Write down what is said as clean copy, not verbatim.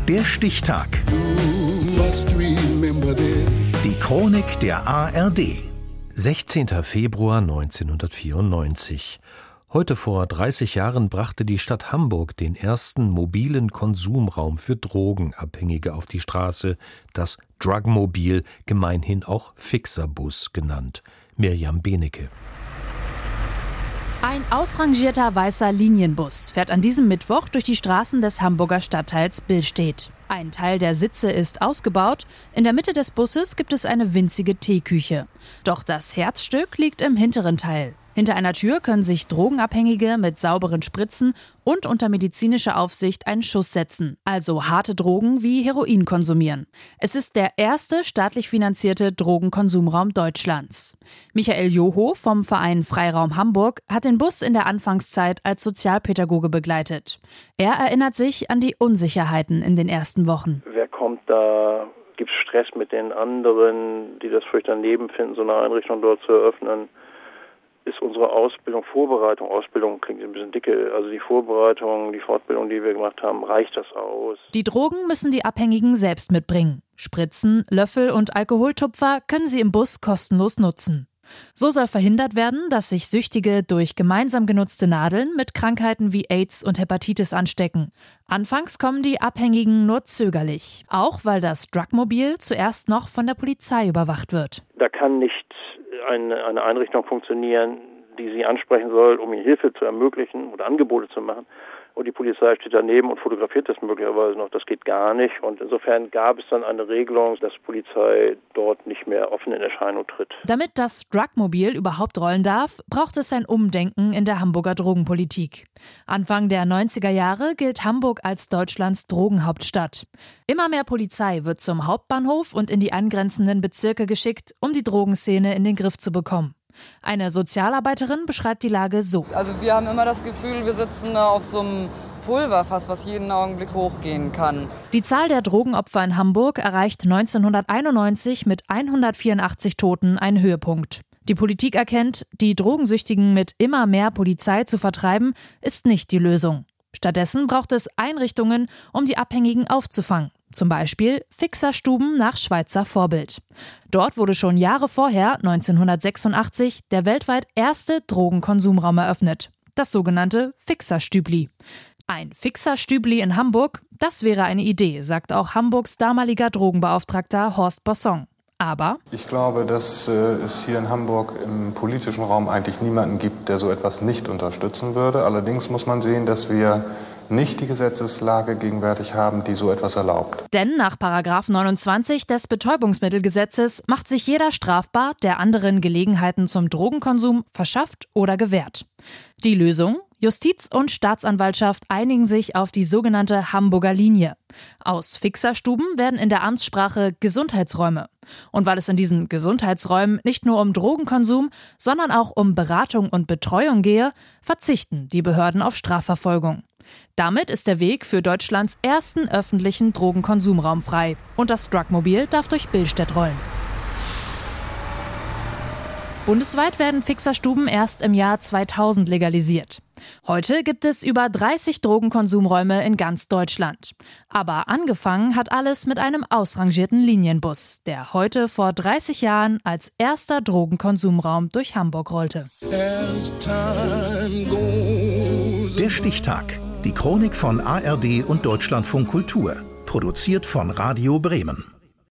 Der Stichtag. Die Chronik der ARD. 16. Februar 1994. Heute vor 30 Jahren brachte die Stadt Hamburg den ersten mobilen Konsumraum für Drogenabhängige auf die Straße, das Drugmobil, gemeinhin auch Fixerbus genannt. Mirjam Benecke. Ein ausrangierter weißer Linienbus fährt an diesem Mittwoch durch die Straßen des Hamburger Stadtteils Billstedt. Ein Teil der Sitze ist ausgebaut, in der Mitte des Busses gibt es eine winzige Teeküche. Doch das Herzstück liegt im hinteren Teil. Hinter einer Tür können sich Drogenabhängige mit sauberen Spritzen und unter medizinischer Aufsicht einen Schuss setzen, also harte Drogen wie Heroin konsumieren. Es ist der erste staatlich finanzierte Drogenkonsumraum Deutschlands. Michael Joho vom Verein Freiraum Hamburg hat den Bus in der Anfangszeit als Sozialpädagoge begleitet. Er erinnert sich an die Unsicherheiten in den ersten Wochen. Wer kommt da? Gibt es Stress mit den anderen, die das vielleicht daneben finden, so eine Einrichtung dort zu eröffnen? Ist unsere Ausbildung klingt ein bisschen dicke, also die Vorbereitung, die Fortbildung, die wir gemacht haben, reicht das aus? Die Drogen müssen die Abhängigen selbst mitbringen. Spritzen, Löffel und Alkoholtupfer können sie im Bus kostenlos nutzen. So soll verhindert werden, dass sich Süchtige durch gemeinsam genutzte Nadeln mit Krankheiten wie AIDS und Hepatitis anstecken. Anfangs kommen die Abhängigen nur zögerlich, auch weil das Drugmobil zuerst noch von der Polizei überwacht wird. Da kann nicht eine Einrichtung funktionieren, die sie ansprechen soll, um ihnen Hilfe zu ermöglichen oder Angebote zu machen. Und die Polizei steht daneben und fotografiert das möglicherweise noch. Das geht gar nicht. Und insofern gab es dann eine Regelung, dass Polizei dort nicht mehr offen in Erscheinung tritt. Damit das Drugmobil überhaupt rollen darf, braucht es ein Umdenken in der Hamburger Drogenpolitik. Anfang der 90er Jahre gilt Hamburg als Deutschlands Drogenhauptstadt. Immer mehr Polizei wird zum Hauptbahnhof und in die angrenzenden Bezirke geschickt, um die Drogenszene in den Griff zu bekommen. Eine Sozialarbeiterin beschreibt die Lage so. Also wir haben immer das Gefühl, wir sitzen da auf so einem Pulverfass, was jeden Augenblick hochgehen kann. Die Zahl der Drogenopfer in Hamburg erreicht 1991 mit 184 Toten einen Höhepunkt. Die Politik erkennt, die Drogensüchtigen mit immer mehr Polizei zu vertreiben, ist nicht die Lösung. Stattdessen braucht es Einrichtungen, um die Abhängigen aufzufangen. Zum Beispiel Fixerstuben nach Schweizer Vorbild. Dort wurde schon Jahre vorher, 1986, der weltweit erste Drogenkonsumraum eröffnet. Das sogenannte Fixerstübli. Ein Fixerstübli in Hamburg, das wäre eine Idee, sagt auch Hamburgs damaliger Drogenbeauftragter Horst Bosson. Aber ich glaube, dass es hier in Hamburg im politischen Raum eigentlich niemanden gibt, der so etwas nicht unterstützen würde. Allerdings muss man sehen, dass wir nicht die Gesetzeslage gegenwärtig haben, die so etwas erlaubt. Denn nach § 29 des Betäubungsmittelgesetzes macht sich jeder strafbar, der anderen Gelegenheiten zum Drogenkonsum verschafft oder gewährt. Die Lösung? Justiz und Staatsanwaltschaft einigen sich auf die sogenannte Hamburger Linie. Aus Fixerstuben werden in der Amtssprache Gesundheitsräume. Und weil es in diesen Gesundheitsräumen nicht nur um Drogenkonsum, sondern auch um Beratung und Betreuung gehe, verzichten die Behörden auf Strafverfolgung. Damit ist der Weg für Deutschlands ersten öffentlichen Drogenkonsumraum frei. Und das Drugmobil darf durch Billstedt rollen. Bundesweit werden Fixerstuben erst im Jahr 2000 legalisiert. Heute gibt es über 30 Drogenkonsumräume in ganz Deutschland. Aber angefangen hat alles mit einem ausrangierten Linienbus, der heute vor 30 Jahren als erster Drogenkonsumraum durch Hamburg rollte. Der Stichtag. Die Chronik von ARD und Deutschlandfunk Kultur. Produziert von Radio Bremen.